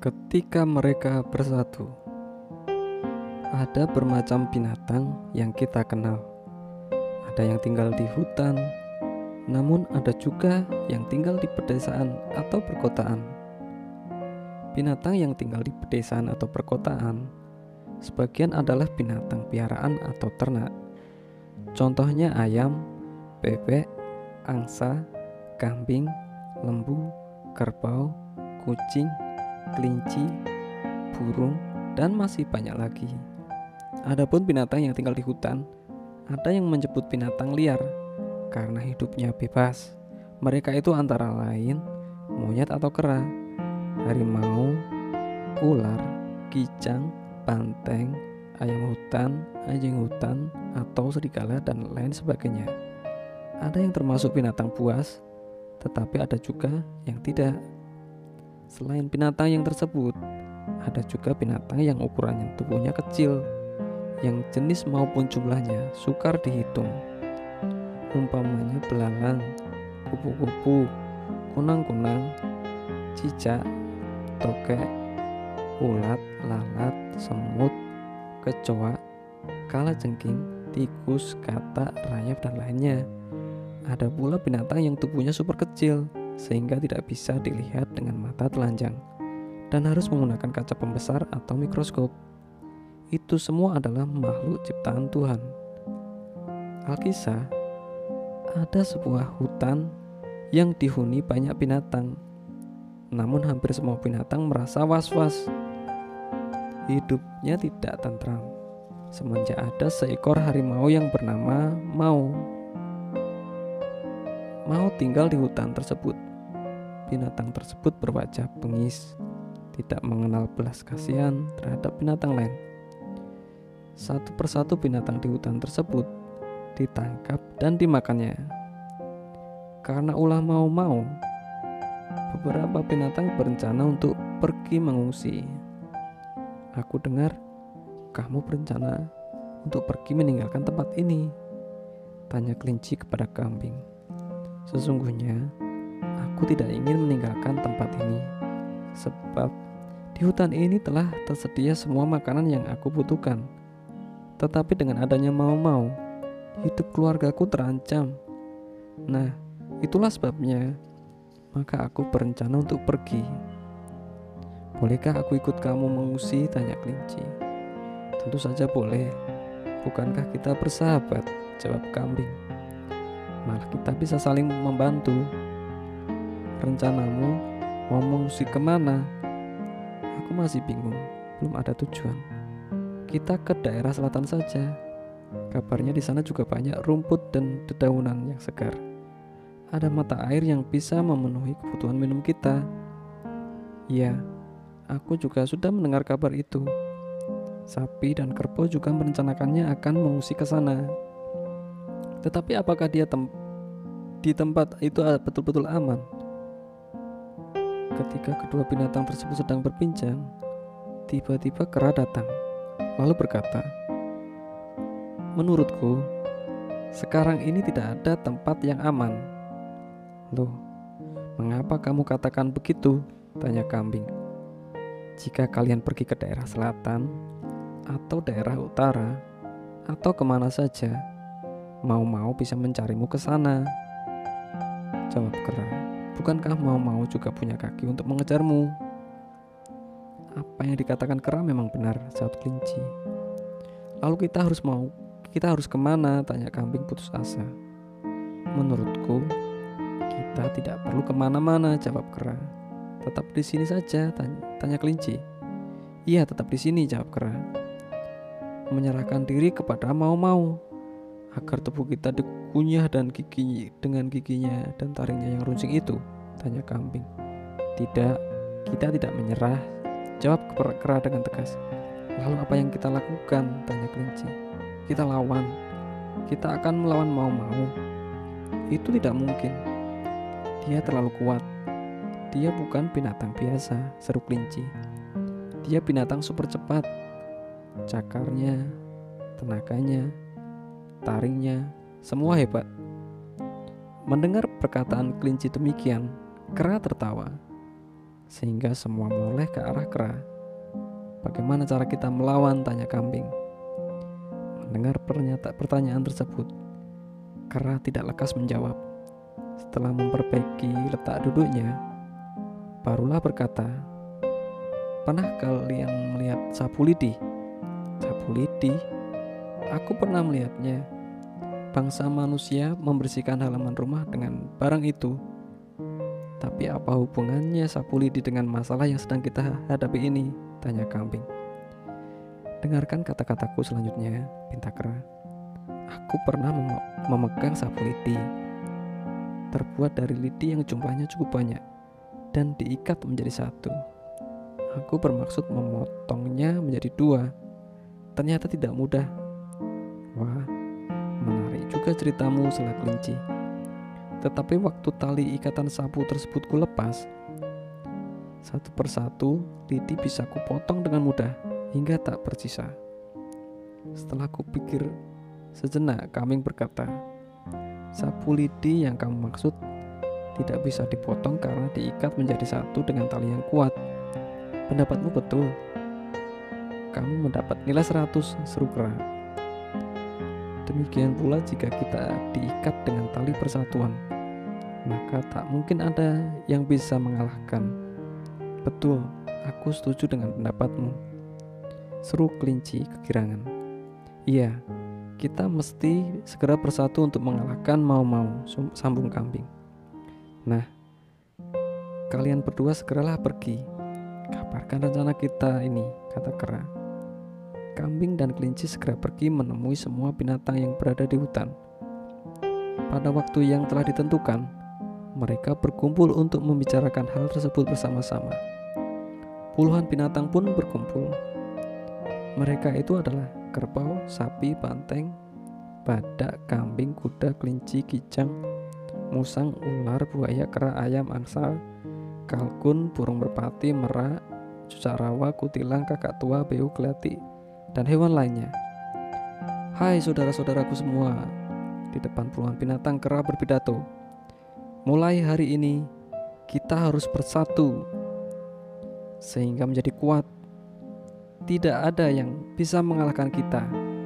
Ketika mereka bersatu, ada bermacam binatang yang kita kenal. Ada yang tinggal di hutan, namun ada juga yang tinggal di pedesaan atau perkotaan. Binatang yang tinggal di pedesaan atau perkotaan, sebagian adalah binatang piaraan atau ternak. Contohnya ayam, bebek, angsa, kambing, lembu, kerbau, kucing, kelinci, burung, dan masih banyak lagi. Adapun binatang yang tinggal di hutan, ada yang menyebut binatang liar karena hidupnya bebas. Mereka itu antara lain monyet atau kera, harimau, ular, kijang, banteng, ayam hutan, anjing hutan, atau serigala, dan lain sebagainya. Ada yang termasuk binatang buas, tetapi ada juga yang tidak. Selain binatang yang tersebut, ada juga binatang yang ukurannya tubuhnya kecil, yang jenis maupun jumlahnya sukar dihitung. Umpamanya belalang, kupu-kupu, kunang-kunang, cicak, tokek, ulat, lalat, semut, kecoa, kalajengking, tikus, katak, rayap, dan lainnya. Ada pula binatang yang tubuhnya super kecil sehingga tidak bisa dilihat dengan mata telanjang dan harus menggunakan kaca pembesar atau mikroskop. Itu semua adalah makhluk ciptaan Tuhan. Alkisah, ada sebuah hutan yang dihuni banyak binatang. Namun hampir semua binatang merasa was-was. Hidupnya tidak tentram semenjak ada seekor harimau yang bernama Mau. Mau tinggal di hutan tersebut. Binatang tersebut berwajah bengis, tidak mengenal belas kasihan terhadap binatang lain. Satu persatu binatang di hutan tersebut ditangkap dan dimakannya. Karena ulah Mau, beberapa binatang berencana untuk pergi mengungsi. Aku dengar kamu berencana untuk pergi meninggalkan tempat ini, tanya kelinci kepada kambing. Sesungguhnya aku tidak ingin meninggalkan tempat ini, sebab di hutan ini telah tersedia semua makanan yang aku butuhkan. Tetapi dengan adanya Mau, hidup keluargaku terancam. Nah, itulah sebabnya maka aku berencana untuk pergi. Bolehkah aku ikut kamu mengungsi? Tanya kelinci. Tentu saja boleh. Bukankah kita bersahabat? Jawab kambing. Malah kita bisa saling membantu. Rencanamu mau mengungsi kemana? Aku masih bingung, belum ada tujuan. Kita ke daerah selatan saja. Kabarnya di sana juga banyak rumput dan dedaunan yang segar. Ada mata air yang bisa memenuhi kebutuhan minum kita. Ya, aku juga sudah mendengar kabar itu. Sapi dan kerbau juga merencanakannya akan mengungsi ke sana. Tetapi apakah dia di tempat itu betul-betul aman? Ketika kedua binatang tersebut sedang berbincang, tiba-tiba kera datang, lalu berkata, "Menurutku, sekarang ini tidak ada tempat yang aman." "Loh, mengapa kamu katakan begitu?" tanya kambing. "Jika kalian pergi ke daerah selatan atau daerah utara atau kemana saja, Mau bisa mencarimu ke sana." Jawab kera, "Bukankah Mau juga punya kaki untuk mengejarmu?" "Apa yang dikatakan kera memang benar," jawab kelinci. "Lalu kita harus kemana?" tanya kambing putus asa. "Menurutku, kita tidak perlu kemana-mana," jawab kera. "Tetap di sini saja," tanya kelinci. "Iya, tetap di sini," jawab kera. "Menyerahkan diri kepada Mau agar tubuh kita dikunyah dan dengan giginya dan taringnya yang runcing itu?" tanya kambing. "Tidak, kita tidak menyerah," jawab kera dengan tegas. "Lalu apa yang kita lakukan?" tanya kelinci. "Kita lawan. Kita akan melawan Mau. Itu tidak mungkin. Dia terlalu kuat. Dia bukan binatang biasa," seru kelinci. "Dia binatang super cepat. Cakarnya, tenaganya, taringnya, semua hebat." Mendengar perkataan kelinci demikian, kera tertawa. sehingga semua menoleh ke arah kera. Bagaimana cara kita melawan? Tanya kambing. Mendengar pertanyaan tersebut, kera tidak lekas menjawab. Setelah memperbaiki letak duduknya, barulah berkata, "Pernah kalian melihat sapu lidi?" Sapu lidi? Aku pernah melihatnya. Bangsa manusia membersihkan halaman rumah dengan barang itu. Tapi apa hubungannya sapu lidi dengan masalah yang sedang kita hadapi ini? Tanya kambing. Dengarkan kata-kataku selanjutnya, pinta kera. Aku pernah memegang sapu lidi, terbuat dari lidi yang jumlahnya cukup banyak dan diikat menjadi satu. Aku bermaksud memotongnya menjadi dua. Ternyata tidak mudah. Wah, menarik juga ceritamu, sela kelinci. Tetapi waktu tali ikatan sapu tersebut kulepas, satu persatu lidi bisa kupotong dengan mudah hingga tak bersisa. Setelah kupikir sejenak, kambing berkata, "Sapu lidi yang kamu maksud tidak bisa dipotong karena diikat menjadi satu dengan tali yang kuat." Pendapatmu betul. Kamu mendapat nilai 100, seru kera. Demikian pula jika kita diikat dengan tali persatuan, maka tak mungkin ada yang bisa mengalahkan. Betul, aku setuju dengan pendapatmu, seru kelinci kegirangan. Iya, kita mesti segera bersatu untuk mengalahkan mau-mau, sambung kambing. Nah, kalian berdua segeralah pergi. Kabarkan rencana kita ini, kata kera. Kambing dan kelinci segera pergi menemui semua binatang yang berada di hutan. Pada waktu yang telah ditentukan, mereka berkumpul untuk membicarakan hal tersebut bersama-sama. Puluhan binatang pun berkumpul. Mereka itu adalah kerbau, sapi, banteng, badak, kambing, kuda, kelinci, kijang, musang, ular, buaya, kera, ayam, angsa, kalkun, burung merpati, merak, cucak rawa, kutilang, kakak tua, beo, kelati, dan hewan lainnya. Hai saudara-saudaraku semua, di depan puluhan binatang kera berpidato. Mulai hari ini kita harus bersatu sehingga menjadi kuat. Tidak ada yang bisa mengalahkan kita.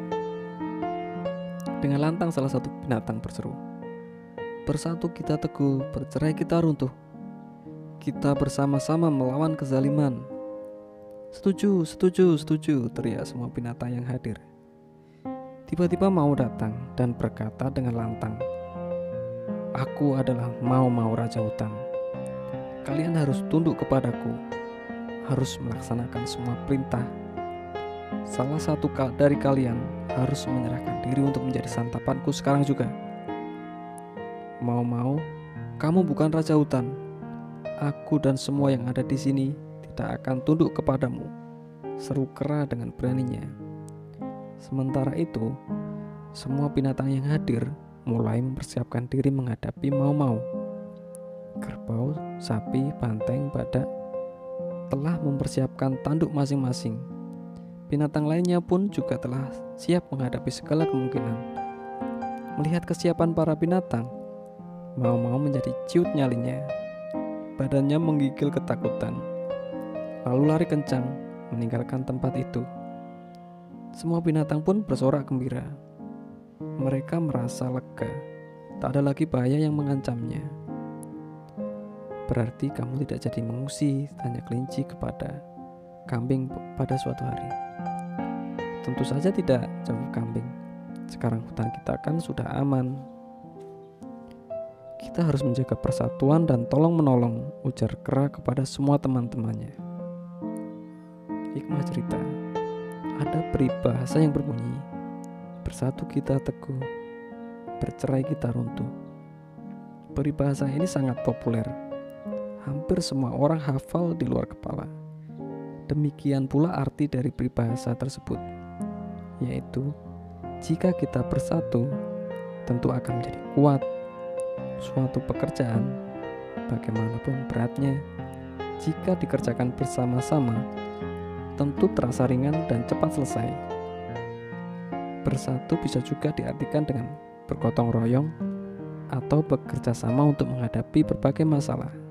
Dengan lantang salah satu binatang berseru, "Bersatu kita teguh, bercerai kita runtuh. Kita bersama-sama melawan kezaliman." Setuju, setuju, setuju, teriak semua binatang yang hadir. Tiba-tiba Mau datang dan berkata dengan lantang, "Aku adalah Mau Raja Hutan. Kalian harus tunduk kepadaku, harus melaksanakan semua perintah. Salah satu dari kalian harus menyerahkan diri untuk menjadi santapanku sekarang juga." Mau, kamu bukan Raja Hutan. Aku dan semua yang ada di sini tidak akan tunduk kepadamu, seru kera dengan beraninya. Sementara itu, semua binatang yang hadir mulai mempersiapkan diri menghadapi Mau. Kerbau, sapi, banteng, badak telah mempersiapkan tanduk masing-masing. Binatang lainnya pun juga telah siap menghadapi segala kemungkinan. Melihat kesiapan para binatang, Mau menjadi ciut nyalinya. Badannya menggigil ketakutan, lalu lari kencang meninggalkan tempat itu. Semua binatang pun bersorak gembira. Mereka merasa lega, tak ada lagi bahaya yang mengancamnya. "Berarti kamu tidak jadi mengungsi?" tanya kelinci kepada kambing pada suatu hari. "Tentu saja tidak," jawab kambing. "Sekarang hutan kita kan sudah aman. Kita harus menjaga persatuan dan tolong-menolong," ujar kera kepada semua teman-temannya. Hikmah cerita. Ada peribahasa yang berbunyi, "Bersatu kita teguh, bercerai kita runtuh." Peribahasa ini sangat populer. Hampir semua orang hafal di luar kepala. Demikian pula arti dari peribahasa tersebut, yaitu jika kita bersatu, tentu akan menjadi kuat. Suatu pekerjaan, bagaimanapun beratnya, jika dikerjakan bersama-sama, tentu terasa ringan dan cepat selesai. Bersatu bisa juga diartikan dengan bergotong royong atau bekerja sama untuk menghadapi berbagai masalah.